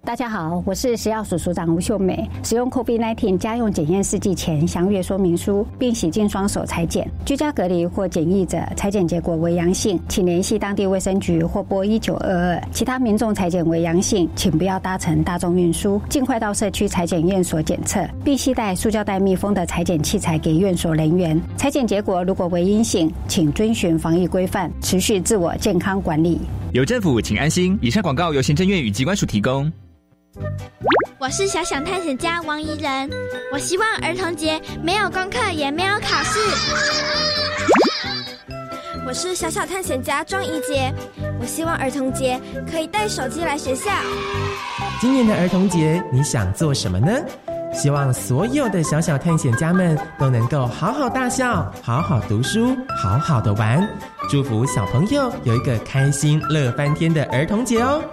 大家好，我是食药署署长吴秀美。使用 COVID-19 家用检验试剂前详阅说明书，并洗净双手采检。居家隔离或检疫者采检结果为阳性，请联系当地卫生局或拨1922。其他民众采检为阳性，请不要搭乘大众运输，尽快到社区采检院所检测，并携带塑胶袋密封的采检器材给院所人员。采检结果如果为阴性，请遵循防疫规范，持续自我健康管理。 有政府，请安心。以上广告由行政院与疾管署提供。 我是小小探险家王怡人，我希望儿童节没有功课也没有考试。 我是小小探险家庄怡杰，我希望儿童节可以带手机来学校。 今年的儿童节你想做什么呢？希望所有的小小探险家们都能够好好大笑，好好读书，好好的玩。祝福小朋友有一个开心乐翻天的儿童节哦。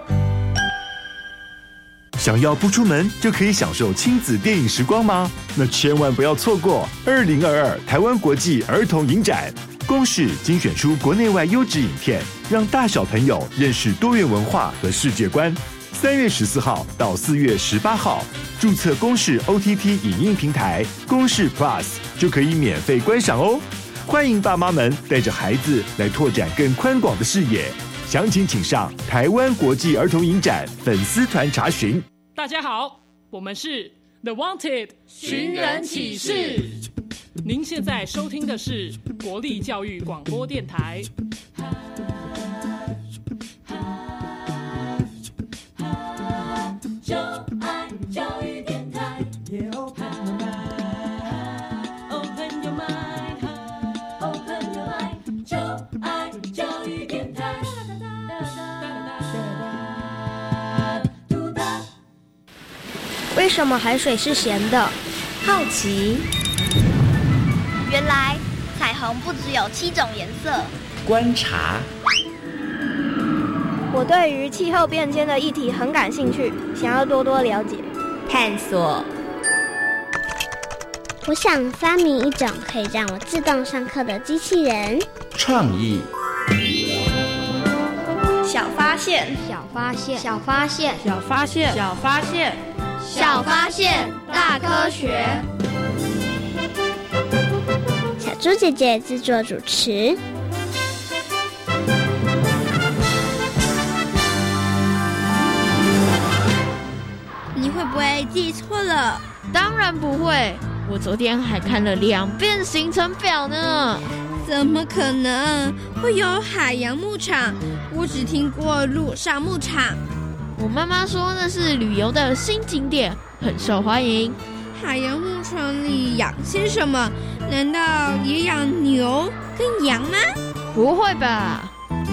想要不出门就可以享受亲子电影时光吗？那千万不要错过2022台湾国际儿童影展。公视精选出国内外优质影片，让大小朋友认识多元文化和世界观。3月14号到4月18号，注册公视 OTT 影音平台公视 Plus 就可以免费观赏哦。欢迎爸妈们带着孩子来拓展更宽广的视野。详情请上台湾国际儿童影展粉丝团查询。 大家好，我们是 The Wanted 寻人启事。您现在收听的是国立教育广播电台。 就爱教育电台。Open your mind, open your mind， 就爱教育电台。 为什么海水是咸的？ 好奇。 原来彩虹不只有7种颜色。 观察。 我对于气候变迁的议题很感兴趣，想要多多了解。 探索。 我想发明一种可以让我自动上课的机器人。 创意。 小发现， 小发现，小发现， 小发现，小发现， 小发现大科学。 小猪姐姐制作主持。 你会不会记错了？ 当然不会，我昨天还看了2遍行程表呢。 怎么可能会有海洋牧场？我只听过陆上牧场。 我妈妈说那是旅游的新景点，很受欢迎。 海洋牧场里养些什么？难道也养牛跟羊吗？ 不会吧。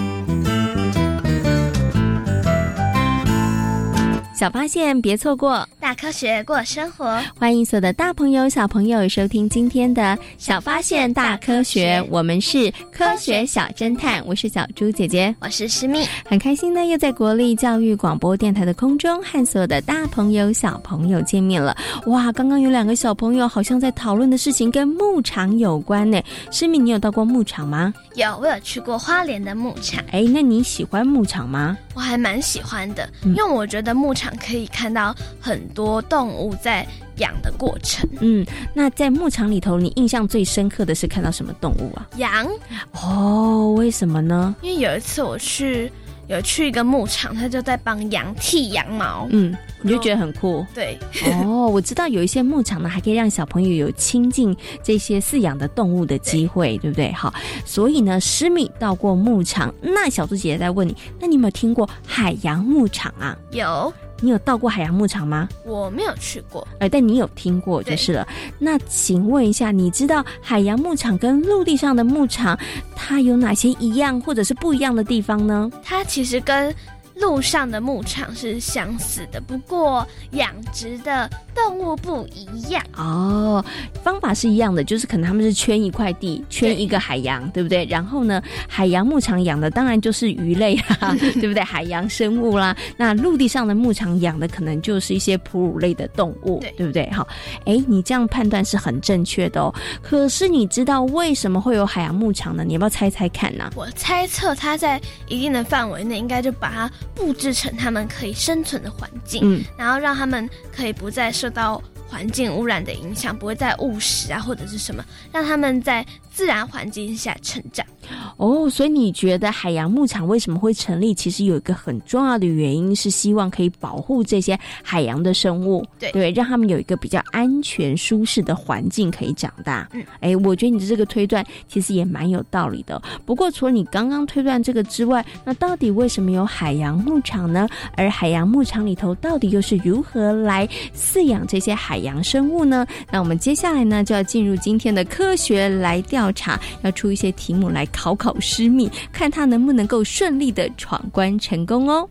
小发现别错过， 大科学过生活。 欢迎所有的大朋友小朋友收听今天的小发现大科学，我们是科学小侦探，我是小猪姐姐， 我是诗蜜。 很开心呢，又在国立教育广播电台的空中和所有的大朋友小朋友见面了。哇，刚刚有2个小朋友好像在讨论的事情跟牧场有关呢。诗蜜，你有到过牧场吗？ 有，我有去过花莲的牧场。 那你喜欢牧场吗？ 我还蛮喜欢的，因为我觉得牧场可以看到很多动物在养的过程。 那在牧场里头，你印象最深刻的是看到什么动物啊？ 羊。 哦，为什么呢？ 因为有一次我去一个牧场，他就在帮羊剃羊毛。 你就觉得很酷。 对。 我知道有一些牧场呢，还可以让小朋友有亲近这些饲养的动物的机会， 对不对？好，所以呢，诗蜜到过牧场。那小猪姐姐在问你，那你有没有听过海洋牧场啊？ 有。 你有到过海洋牧场吗？ 我没有去过， 但你有听过就是了。那请问一下，你知道海洋牧场跟陆地上的牧场它有哪些一样或者是不一样的地方呢？ 它其实跟陆上的牧场是相似的，不过养殖的动物不一样。 方法是一样的，就是可能他们是圈一块地，圈一个海洋， 对不对？然后呢，海洋牧场养的当然就是鱼类啦，对不对？海洋生物啦。那陆地上的牧场养的可能就是一些哺乳类的动物， 对不对？好，你这样判断是很正确的哦。可是你知道为什么会有海洋牧场呢？你要不要猜猜看呢？ 我猜测它在一定的范围内应该就把它布置成他们可以生存的环境，然后让他们可以不再受到环境污染的影响，不会再误食啊或者是什么，让他们在自然环境下成长。 所以你觉得海洋牧场为什么会成立？其实有一个很重要的原因是希望可以保护这些海洋的生物，对，让他们有一个比较安全舒适的环境可以长大。我觉得你的这个推断其实也蛮有道理的。不过除了你刚刚推断这个之外，那到底为什么有海洋牧场呢？而海洋牧场里头到底又是如何来饲养这些海洋生物呢？那我们接下来呢就要进入今天的科学来调查，要出一些题目来考考施密，看他能不能够顺利的闯关成功哦。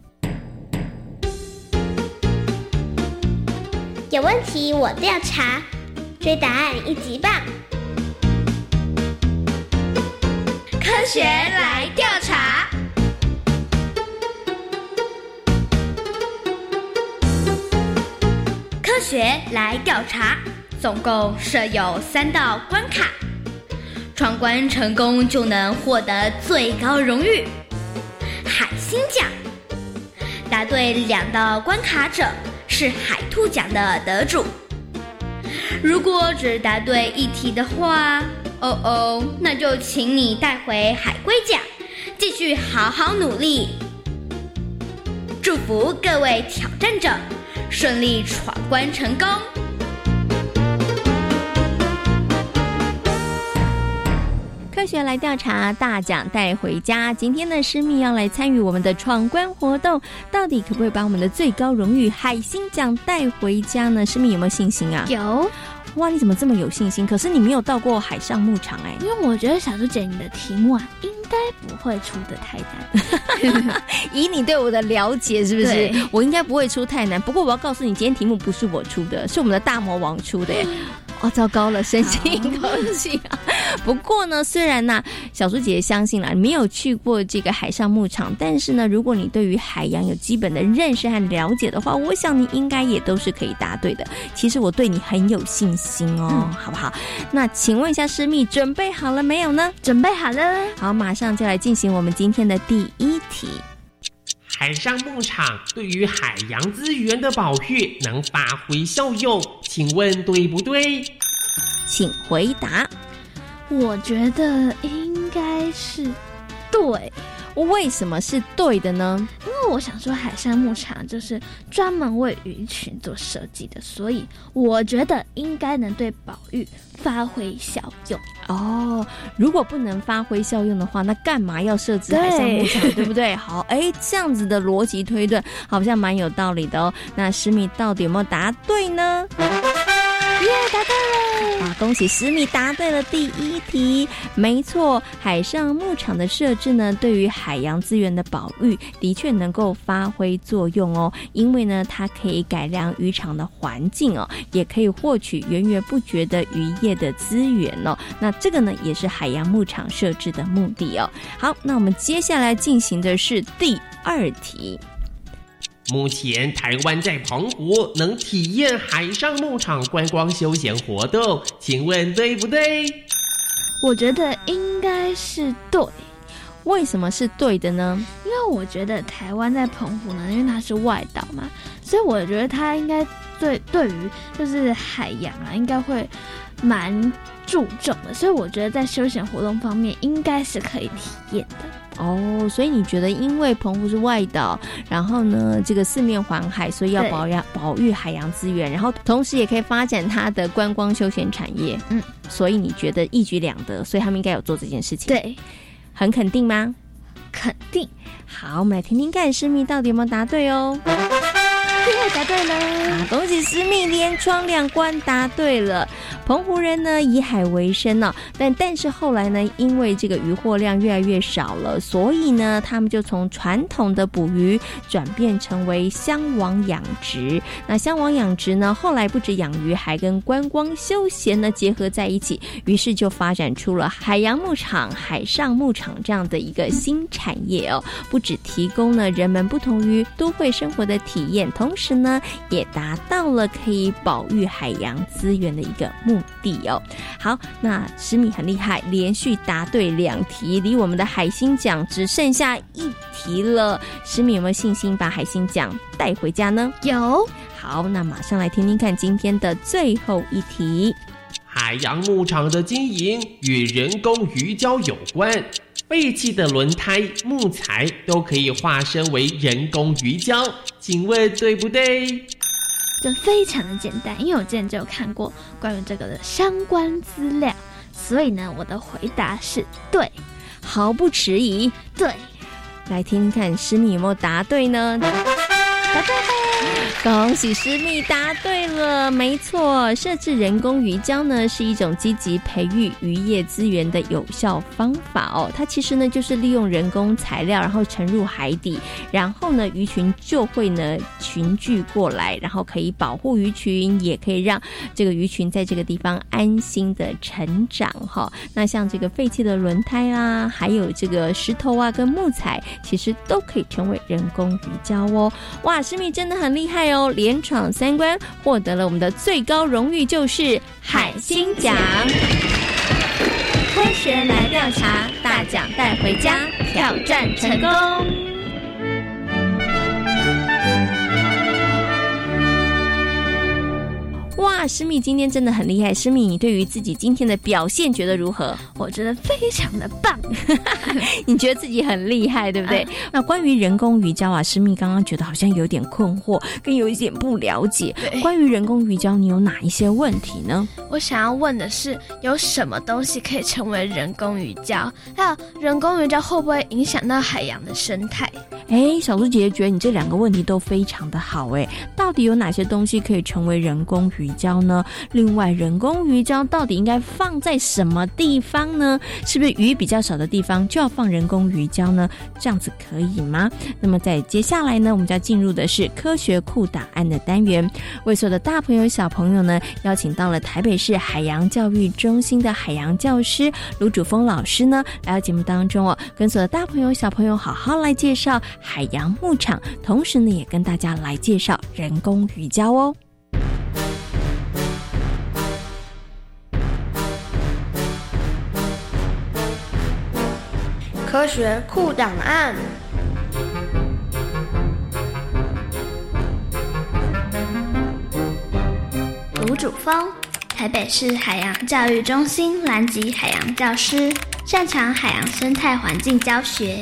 有问题我调查，追答案1级棒。 科学来调查。科学来调查，总共设有3道关卡，闯关成功就能获得最高荣誉海星奖。答对2道关卡者是海兔奖的得主。如果只答对1题的话，那就请你带回海龟奖，继续好好努力。祝福各位挑战者顺利闯关成功。 科学来调查，大奖带回家。今天呢，施密要来参与我们的闯关活动，到底可不可以把我们的最高荣誉海星奖带回家呢？施密有没有信心啊？ 有。 哇，你怎么这么有信心？可是你没有到过海上牧场因为我觉得小猪姐你的题目应该不会出得太难。 以你对我的了解，是不是？我应该不会出太难。不过我要告诉你，今天题目不是我出的，是我们的大魔王出的耶。糟糕了，深吸一口气啊！不过呢，虽然小猪姐姐相信你没有去过这个海上牧场，但是呢，如果你对于海洋有基本的认识和了解的话，我想你应该也都是可以答对的。其实我对你很有信心哦，好不好？那请问一下施密，准备好了没有呢？ 准备好了。 好，马上就来进行我们今天的第1题。 海上牧场对于海洋资源的保育能发挥效用，请问对不对？ 请回答。 我觉得应该是对。 为什么是对的呢？ 因为我想说海上牧场就是专门为鱼群做设计的，所以我觉得应该能对保育发挥效用。 如果不能发挥效用的话，那干嘛要设置海上牧场， 对不对？好，这样子的逻辑推断好像蛮有道理的哦。那施密到底有没有答对呢？答对了！恭喜施密答对了第1题。没错，海上牧场的设置呢，对于海洋资源的保育的确能够发挥作用哦。因为呢，它可以改良渔场的环境哦，也可以获取源源不绝的渔业的资源哦。那这个呢，也是海洋牧场设置的目的哦。好，那我们接下来进行的是第2题。 目前台湾在澎湖能体验海上牧场观光休闲活动，请问对不对？ 我觉得应该是对。 为什么是对的呢？ 因为我觉得台湾在澎湖呢，因为它是外岛嘛，所以我觉得它应该对于就是海洋应该会蛮注重的，所以我觉得在休闲活动方面应该是可以体验的。 所以你觉得因为澎湖是外岛，然后呢这个四面环海，所以要保育海洋资源，然后同时也可以发展它的观光休闲产业。所以你觉得一举两得，所以他们应该有做这件事情。 对， 很肯定吗？ 肯定。 好，我们来听听看施密到底有没有答对哦。 答对了！ 恭喜施密连闯2关答对了。澎湖人呢以海为生哦，但是后来呢，因为这个渔获量越来越少了，所以呢，他们就从传统的捕鱼转变成为箱网养殖。那箱网养殖呢，后来不止养鱼，还跟观光休闲呢结合在一起，于是就发展出了海洋牧场、海上牧场这样的一个新产业哦。不只提供了人们不同于都会生活的体验，同时时呢，也达到了可以保育海洋资源的一个目的哦。好，那诗米很厉害，连续答对2题，离我们的海星奖只剩下1题了。诗米有没有信心把海星奖带回家呢？ 有。 好，那马上来听听看今天的最后1题。 海洋牧场的经营与人工鱼礁有关，废弃的轮胎、木材都可以化身为人工鱼礁，请问对不对？ 这非常的简单，因为我之前就有看过关于这个的相关资料，所以呢，我的回答是对， 毫不迟疑。 对， 来听听看诗米有没有答对呢？答对了！恭喜诗米答对了，没错，设置人工鱼礁呢是一种积极培育渔业资源的有效方法哦。它其实呢就是利用人工材料，然后沉入海底，然后呢鱼群就会呢群聚过来，然后可以保护鱼群，也可以让这个鱼群在这个地方安心的成长哈。那像这个废弃的轮胎啊，还有这个石头啊跟木材，其实都可以成为人工鱼礁哦。哇，诗米真的很厉害哦，连闯3关，获得了我们的最高荣誉，就是海星奖。科学来调查，大奖带回家，挑战成功。哇，诗米今天真的很厉害。诗米，你对于自己今天的表现觉得如何？ 我觉得非常的棒。 你觉得自己很厉害，对不对？那关于人工鱼礁啊，诗米刚刚觉得好像有点困惑，跟有一点不了解。关于人工鱼礁，你有哪一些问题呢？ 我想要问的是，有什么东西可以成为人工鱼礁？还有人工鱼礁会不会影响到海洋的生态？ 小猪姐姐觉得你这2个问题都非常的好。到底有哪些东西可以成为人工鱼礁呢？另外，人工鱼礁到底应该放在什么地方呢？是不是鱼比较少的地方就要放人工鱼礁呢？这样子可以吗？那么在接下来呢，我们就要进入的是科学库档案的单元。为所有的大朋友小朋友呢，邀请到了台北市海洋教育中心的海洋教师卢主峰老师呢，来到节目当中哦，跟所有的大朋友小朋友好好来介绍海洋牧场，同时呢，也跟大家来介绍人工鱼礁哦。 科学库档案。 卢主峰，台北市海洋教育中心蓝级海洋教师，擅长海洋生态环境教学。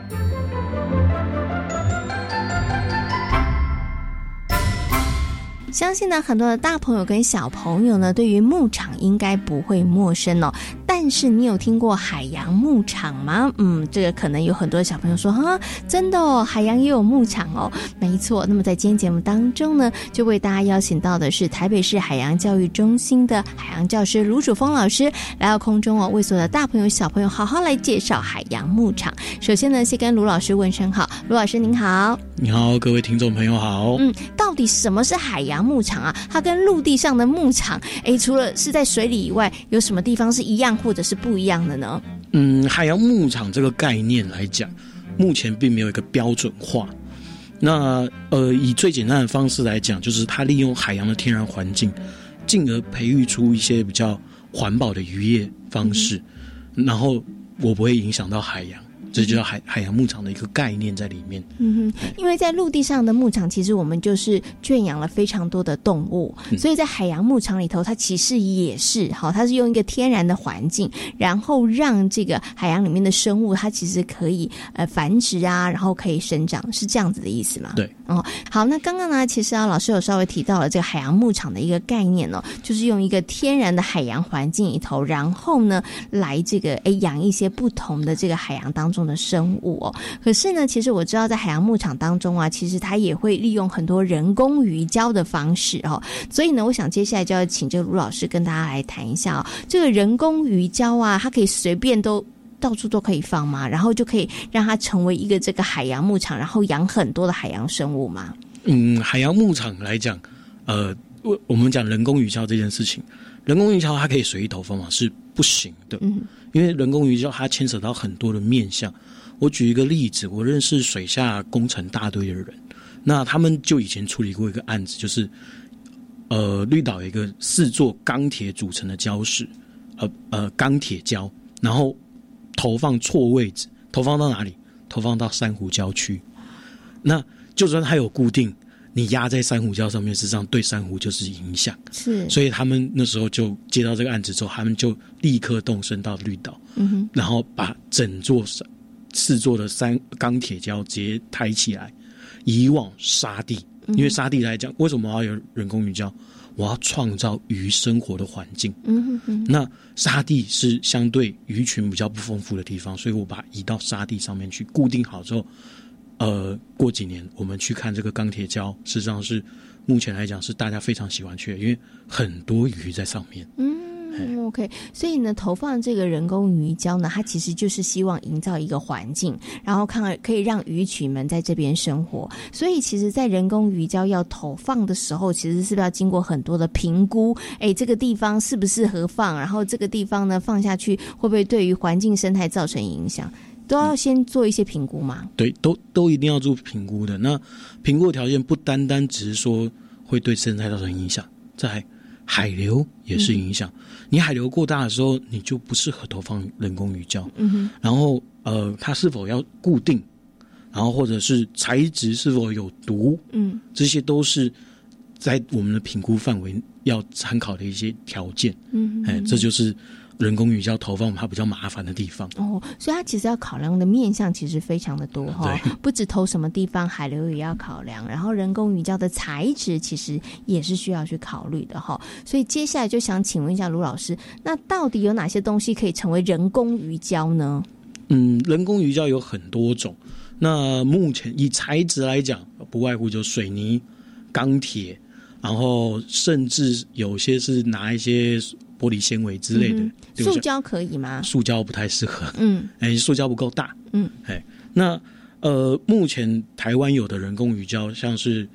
相信呢，很多的大朋友跟小朋友呢，对于牧场应该不会陌生哦。但是你有听过海洋牧场吗？这个可能有很多小朋友说哈，真的哦，海洋也有牧场哦。没错，那么在今天节目当中呢，就为大家邀请到的是台北市海洋教育中心的海洋教师卢主峰老师来到空中哦，为所有的大朋友小朋友好好来介绍海洋牧场。首先呢，先跟卢老师问声好。卢老师您好。 你好，各位听众朋友好。 到底什么是海洋牧场啊？它跟陆地上的牧场除了是在水里以外，有什么地方是一样或者是不一样的呢？ 海洋牧场这个概念来讲，目前并没有一个标准化。那以最简单的方式来讲，就是它利用海洋的天然环境，进而培育出一些比较环保的渔业方式，然后我不会影响到海洋。这就叫海洋牧场的一个概念在里面。 因为在陆地上的牧场，其实我们就是圈养了非常多的动物，所以在海洋牧场里头，它其实也是它是用一个天然的环境，然后让这个海洋里面的生物，它其实可以繁殖啊，然后可以生长，是这样子的意思吗？ 对。 好，那刚刚呢，其实老师有稍微提到了这个海洋牧场的一个概念哦，就是用一个天然的海洋环境里头，然后呢，来这个养一些不同的这个海洋当中的生物哦。可是呢，其实我知道在海洋牧场当中啊，其实它也会利用很多人工鱼礁的方式哦。所以呢，我想接下来就要请这个卢老师跟大家来谈一下这个人工鱼礁啊，它可以随便到处都可以放吗？然后就可以让它成为一个这个海洋牧场，然后养很多的海洋生物吗？ 海洋牧场来讲，我们讲人工鱼礁这件事情，人工鱼礁它可以随意投放吗？是不行的。因为人工鱼礁它牵扯到很多的面向。我举一个例子，我认识水下工程大队的人， 那他们就以前处理过一个案子，就是绿岛有一个4座钢铁组成的礁石，钢铁礁，然后投放错位置，投放到哪里？投放到珊瑚礁区。那就算它有固定，你压在珊瑚礁上面，实际上对珊瑚就是影响。 是， 所以他们那时候就接到这个案子之后，他们就立刻动身到绿岛，然后把整座4座的钢铁礁直接抬起来，移往沙地。因为沙地来讲，为什么我要有人工鱼礁？我要创造鱼生活的环境。那沙地是相对鱼群比较不丰富的地方，所以我把它移到沙地上面去固定好之后，过几年我们去看这个钢铁礁，事实上是目前来讲是大家非常喜欢去的，因为很多鱼在上面。 OK， 所以呢，投放这个人工鱼礁呢，它其实就是希望营造一个环境，然后可以让鱼群们在这边生活。所以其实在人工鱼礁要投放的时候，其实是不是要经过很多的评估？这个地方适不适合放？然后这个地方呢放下去会不会对于环境生态造成影响？都要先做一些评估吗？ 对，都一定要做评估的。那评估的条件不单单只是说会对生态造成影响，在海流也是影响。你海流过大的时候，你就不适合投放人工鱼礁。然后它是否要固定，然后或者是材质是否有毒，这些都是在我们的评估范围要参考的一些条件。这就是人工鱼礁投放它比较麻烦的地方。 所以它其实要考量的面向其实非常的多不只投什么地方，海流也要考量，然后人工鱼礁的材质其实也是需要去考虑的所以接下来就想请问一下卢老师，那到底有哪些东西可以成为人工鱼礁呢？ 人工鱼礁有很多种，那目前以材质来讲，不外乎就水泥、钢铁，然后甚至有些是拿一些玻璃纤维之类的。 塑胶可以吗？ 塑胶不太适合。塑胶不够大。那目前台湾有的人工鱼礁，像是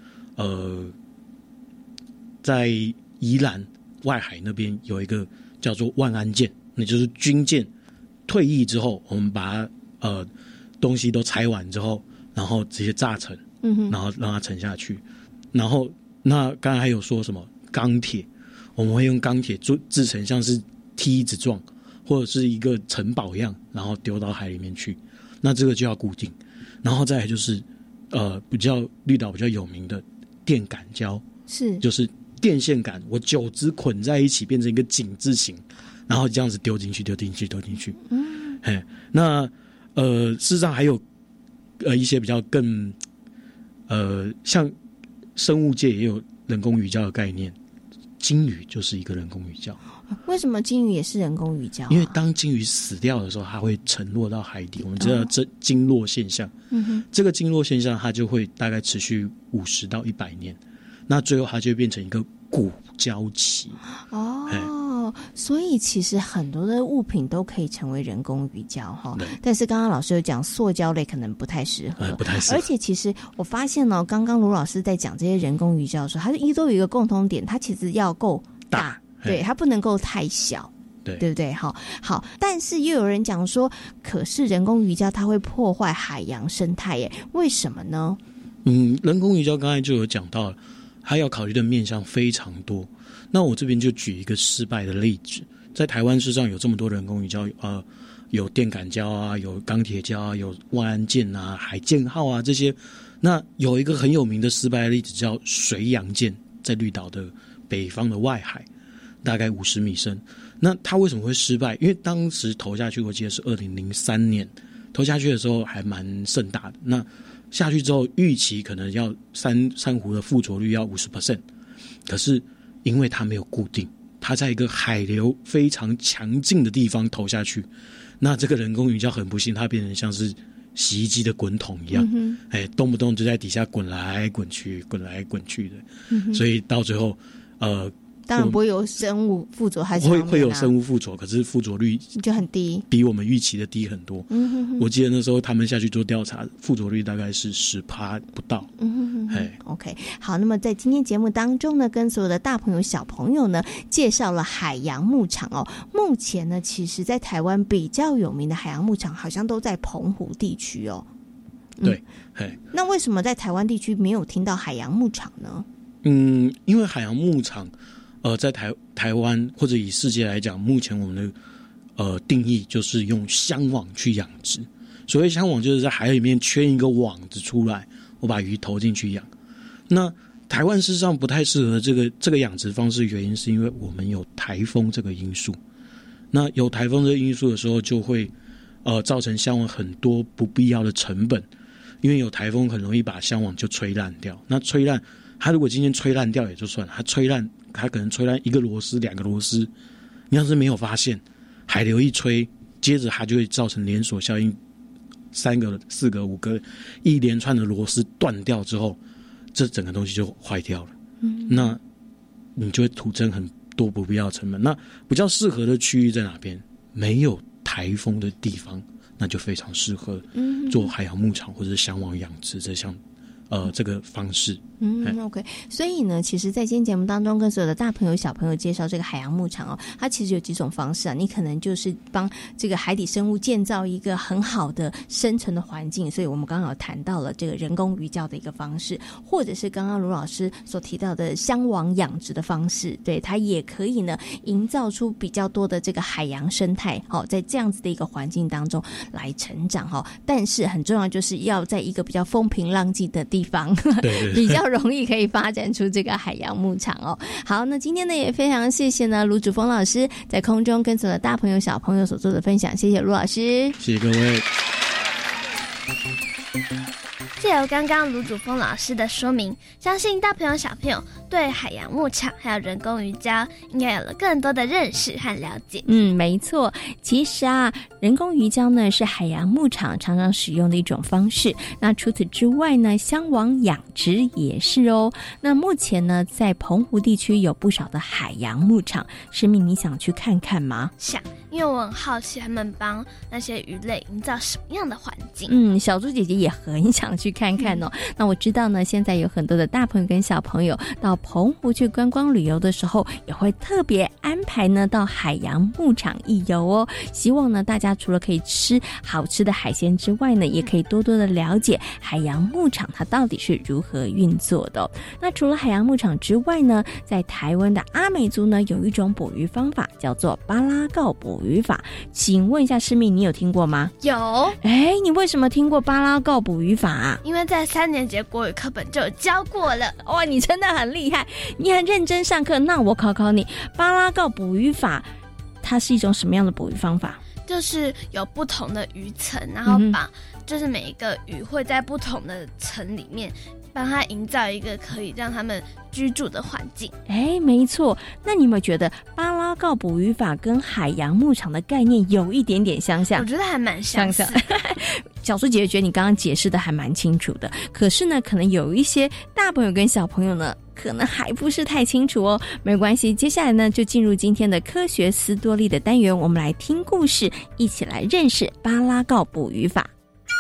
在宜兰外海那边有一个叫做万安舰，那就是军舰退役之后，我们把它东西都拆完之后，然后直接炸沉，然后让它沉下去。然后那刚才还有说什么钢铁，我们会用钢铁制成像是梯子状或者是一个城堡样，然后丢到海里面去。那这个就要固定。然后再来就是绿岛比较有名的电杆礁，就是电线杆，我9支捆在一起变成一个井字形，然后这样子丢进去。那事实上还有一些比较更像生物界也有人工鱼礁的概念，鲸鱼就是一个人工鱼礁。 为什么鲸鱼也是人工鱼礁因为当鲸鱼死掉的时候，它会沉落到海底，我们知道这鲸落现象。这个鲸落现象它就会大概持续50到100年，那最后它就会变成一个古礁期。 所以其实很多的物品都可以成为人工鱼礁但是刚刚老师有讲塑胶类可能不太适合，而且其实我发现刚刚卢老师在讲这些人工鱼礁的时候，它都有一个共同点，它其实要够大，对，它不能够太小，对不对？好，但是又有人讲说，可是人工鱼礁它会破坏海洋生态耶，为什么呢？ 人工鱼礁刚才就有讲到了，它要考虑的面向非常多。那我这边就举一个失败的例子，在台湾事实上有这么多人工鱼礁，有电杆礁啊，有钢铁礁啊，有万安舰啊、海剑号啊这些。那有一个很有名的失败的例子叫水洋舰，在绿岛的北方的外海，大概50米深。那它为什么会失败？因为当时投下去，我记得是2003年投下去的时候还蛮盛大的。那下去之后，预期可能要珊瑚的附着率要 50%， 可是因为它没有固定，它在一个海流非常强劲的地方投下去，那这个人工鱼礁很不幸，它变成像是洗衣机的滚筒一样，动不动就在底下滚来滚去的，所以到最后当然不会有生物附着，还是会有生物附着，可是附着率就很低， 比我们预期的低很多。我记得那时候他们下去做调查，附着率大概是10%不到。 OK， 好，那么在今天节目当中呢，跟所有的大朋友小朋友呢介绍了海洋牧场目前呢，其实在台湾比较有名的海洋牧场好像都在澎湖地区对， 那为什么在台湾地区没有听到海洋牧场呢？ 因为海洋牧场，在台湾或者以世界来讲，目前我们的定义就是用箱网去养殖。所谓箱网，就是在海里面圈一个网子出来，我把鱼投进去养。那台湾事实上不太适合这个养殖方式，原因是因为我们有台风这个因素。那有台风这个因素的时候，就会造成箱网很多不必要的成本，因为有台风很容易把箱网就吹烂掉。那吹烂，它如果今天吹烂掉也就算了，它可能吹烂1个螺丝、2个螺丝，你要是没有发现，海流一吹，接着它就会造成连锁效应，3个、4个、5个一连串的螺丝断掉之后，这整个东西就坏掉了。那你就会徒增很多不必要的成本。那比较适合的区域在哪边？没有台风的地方，那就非常适合做海洋牧场或者是箱网养殖这个方式。 OK， 所以呢，其实在今天节目当中跟所有的大朋友小朋友介绍这个海洋牧场它其实有几种方式你可能就是帮这个海底生物建造一个很好的生存的环境，所以我们刚刚有谈到了这个人工鱼礁的一个方式，或者是刚刚卢老师所提到的箱网养殖的方式，对，它也可以呢营造出比较多的这个海洋生态在这样子的一个环境当中来成长但是很重要就是要在一个比较风平浪静的地方对比较容易可以发展出这个海洋牧场好，那今天呢也非常谢谢呢卢主峰老师在空中跟所有的大朋友小朋友所做的分享，谢谢卢老师， 谢谢各位。 借由刚刚卢主峰老师的说明，相信大朋友小朋友对海洋牧场还有人工鱼礁应该有了更多的认识和了解。 没错，其实人工鱼礁呢是海洋牧场常常使用的一种方式，那除此之外呢，箱网养殖也是那目前呢在澎湖地区有不少的海洋牧场，诗敏你想去看看吗？ 想，因为我很好奇他们帮那些鱼类营造什么样的环境。 小猪姐姐也很想去看看那我知道呢现在有很多的大朋友跟小朋友到澎湖去观光旅游的时候，也会特别安排呢到海洋牧场一游希望呢大家除了可以吃好吃的海鲜之外呢，也可以多多的了解海洋牧场它到底是如何运作的那除了海洋牧场之外呢，在台湾的阿美族呢有一种捕鱼方法叫做巴拉告捕鱼法，请问一下诗敏你有听过吗？ 有。 你为什么听过巴拉告捕鱼法因为在3年级国语课本就有教过了。 哇，你真的很厉害，你很认真上课。那我考考你，巴拉告捕鱼法它是一种什么样的捕鱼方法？ 就是有不同的鱼层，然后就是每一个鱼会在不同的层里面帮它营造一个可以让他们居住的环境。 没错。那你有没有觉得巴拉告捕鱼法跟海洋牧场的概念有一点点相像？ 我觉得还蛮相似。 小猪姐姐觉得你刚刚解释的还蛮清楚的，可是呢可能有一些大朋友跟小朋友呢可能还不是太清楚没关系，接下来呢就进入今天的科学斯多利的单元，我们来听故事，一起来认识巴拉告捕鱼法。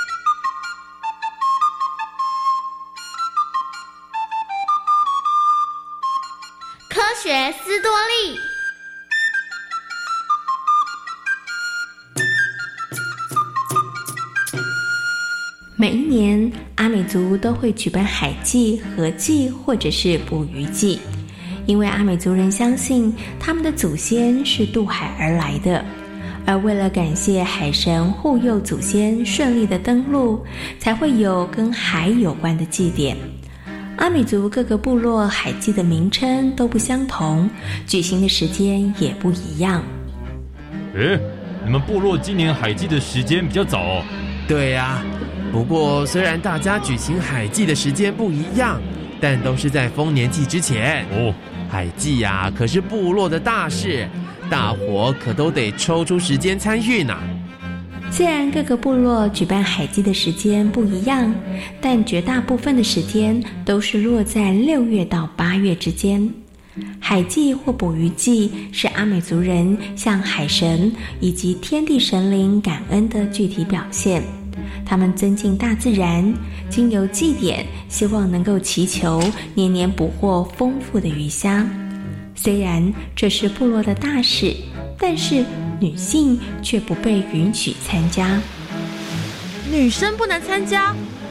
科学斯多利。 每一年阿美族都会举办海祭、河祭或者是捕鱼祭，因为阿美族人相信他们的祖先是渡海而来的，而为了感谢海神护佑祖先顺利的登陆，才会有跟海有关的祭典。阿美族各个部落海祭的名称都不相同，举行的时间也不一样。 你们部落今年海祭的时间比较早对呀，不过虽然大家举行海祭的时间不一样，但都是在丰年祭之前。海祭可是部落的大事，大伙可都得抽出时间参与呢。 虽然各个部落举办海祭的时间不一样，但绝大部分的时间都是落在6月到8月之间。海祭或捕鱼祭是阿美族人向海神以及天地神灵感恩的具体表现，他们尊敬大自然，经由祭典希望能够祈求年年捕获丰富的鱼虾。虽然这是部落的大事，但是女性却不被允许参加。 女生不能参加？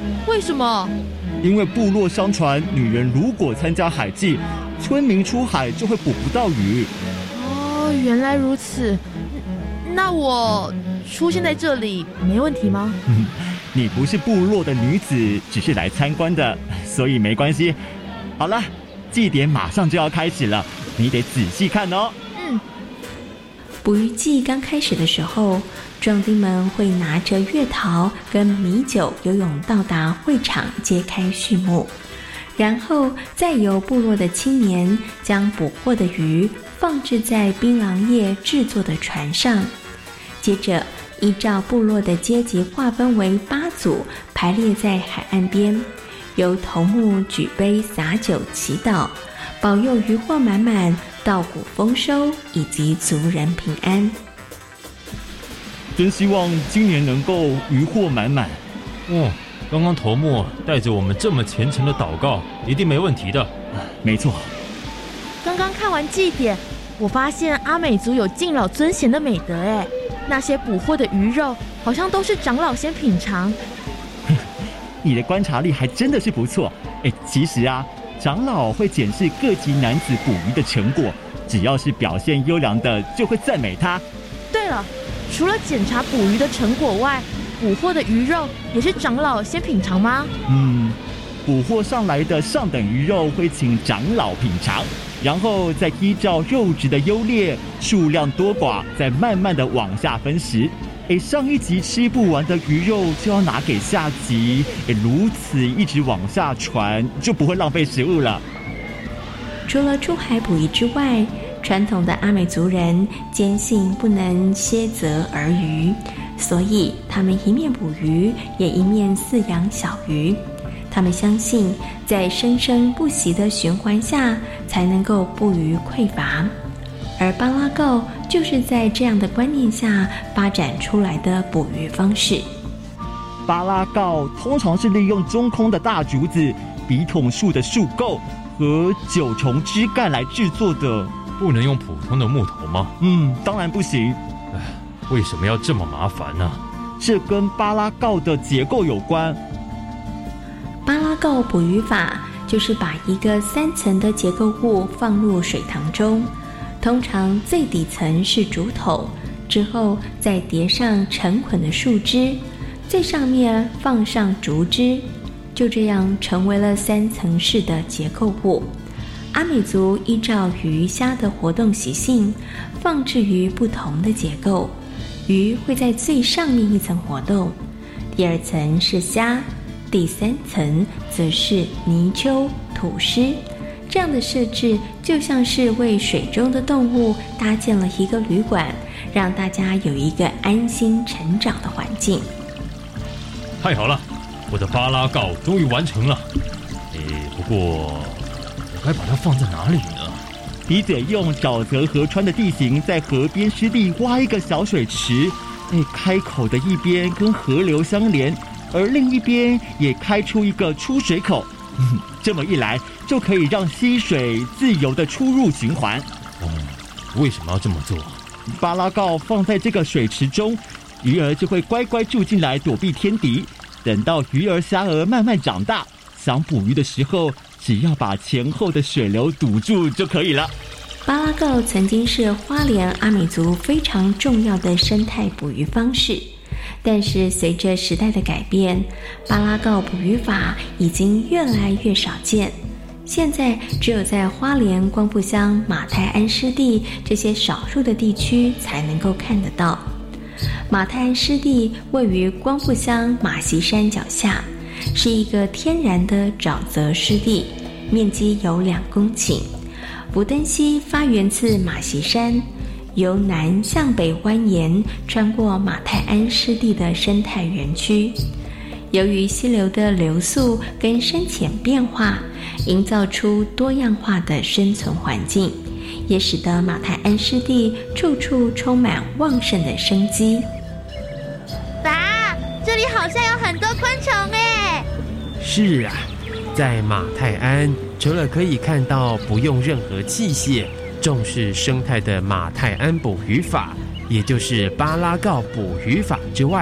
为什么？ 因为部落相传，女人如果参加海祭，村民出海就会捕不到鱼。 哦，原来如此。那我出现在这里没问题吗？ 你不是部落的女子，只是来参观的，所以没关系。好了，祭典马上就要开始了，你得仔细看哦。 捕鱼季刚开始的时候，壮丁们会拿着月桃跟米酒游泳到达会场揭开序幕，然后再由部落的青年将捕获的鱼放置在槟榔叶制作的船上，接着依照部落的阶级划分为8组，排列在海岸边，由头目举杯洒酒祈祷，保佑渔获满满，稻谷丰收，以及族人平安。 真希望今年能够渔获满满。 刚刚头目带着我们这么虔诚的祷告，一定没问题的。 没错。 刚刚看完祭典，我发现阿美族有敬老尊贤的美德哎，那些捕获的鱼肉好像都是长老先品尝。 你的观察力还真的是不错。其实啊，长老会检视各级男子捕鱼的成果，只要是表现优良的，就会赞美他。 对了，除了检查捕鱼的成果外，捕获的鱼肉也是长老先品尝吗？ 捕获上来的上等鱼肉会请长老品尝，然后再依照肉质的优劣、数量多寡，再慢慢的往下分食。上一集吃不完的鱼肉就要拿给下集，如此一直往下传，就不会浪费食物了。 除了出海捕鱼之外，传统的阿美族人坚信不能歇责而渔，所以他们一面捕鱼，也一面饲养小鱼。他们相信，在生生不息的循环下，才能够不虞匮乏。而巴拉告就是在这样的观念下发展出来的捕鱼方式。 巴拉告通常是利用中空的大竹子、笔筒树的树构和9重枝干来制作的。 不能用普通的木头吗？ 当然不行。 为什么要这么麻烦呢？ 这跟巴拉告的结构有关。 巴拉告捕鱼法就是把一个3层的结构物放入水塘中，通常最底层是竹筒，之后再叠上成捆的树枝，最上面放上竹枝，就这样成为了3层式的结构物。阿美族依照鱼虾的活动习性，放置于不同的结构。鱼会在最上面一层活动，第2层是虾，第3层则是泥鳅、土虱。这样的设置就像是为水中的动物搭建了一个旅馆，让大家有一个安心成长的环境。 太好了，我的巴拉告终于完成了。不过我该把它放在哪里呢？ 你得用沼泽河川的地形，在河边湿地挖一个小水池，开口的一边跟河流相连，而另一边也开出一个出水口。这么一来，就可以让溪水自由的出入循环。 为什么要这么做？ 巴拉告放在这个水池中，鱼儿就会乖乖住进来躲避天敌。等到鱼儿虾儿慢慢长大，想捕鱼的时候，只要把前后的水流堵住就可以了。 巴拉告曾经是花莲阿美族非常重要的生态捕鱼方式，但是随着时代的改变，巴拉告捕鱼法已经越来越少见。现在只有在花莲光复乡、马太安湿地这些少数的地区才能够看得到。马太安湿地位于光复乡马溪山脚下，是一个天然的沼泽湿地，面积有2公顷。福登溪发源自马溪山，由南向北蜿蜒穿过马太安湿地的生态园区。由于溪流的流速跟深浅变化，营造出多样化的生存环境，也使得马太安湿地处处充满旺盛的生机。 爸，这里好像有很多昆虫哎。 是啊，在马太安，除了可以看到不用任何器械、重视生态的马太安捕鱼法，也就是巴拉告捕鱼法之外，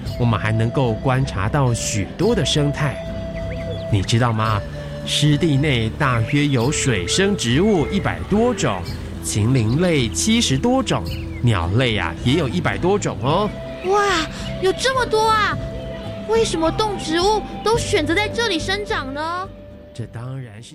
我们还能够观察到许多的生态。你知道吗？湿地内大约有水生植物100多种，禽灵类70多种，鸟类也有100多种哦。 哇，有这么多啊！为什么动植物都选择在这里生长呢？ 这当然是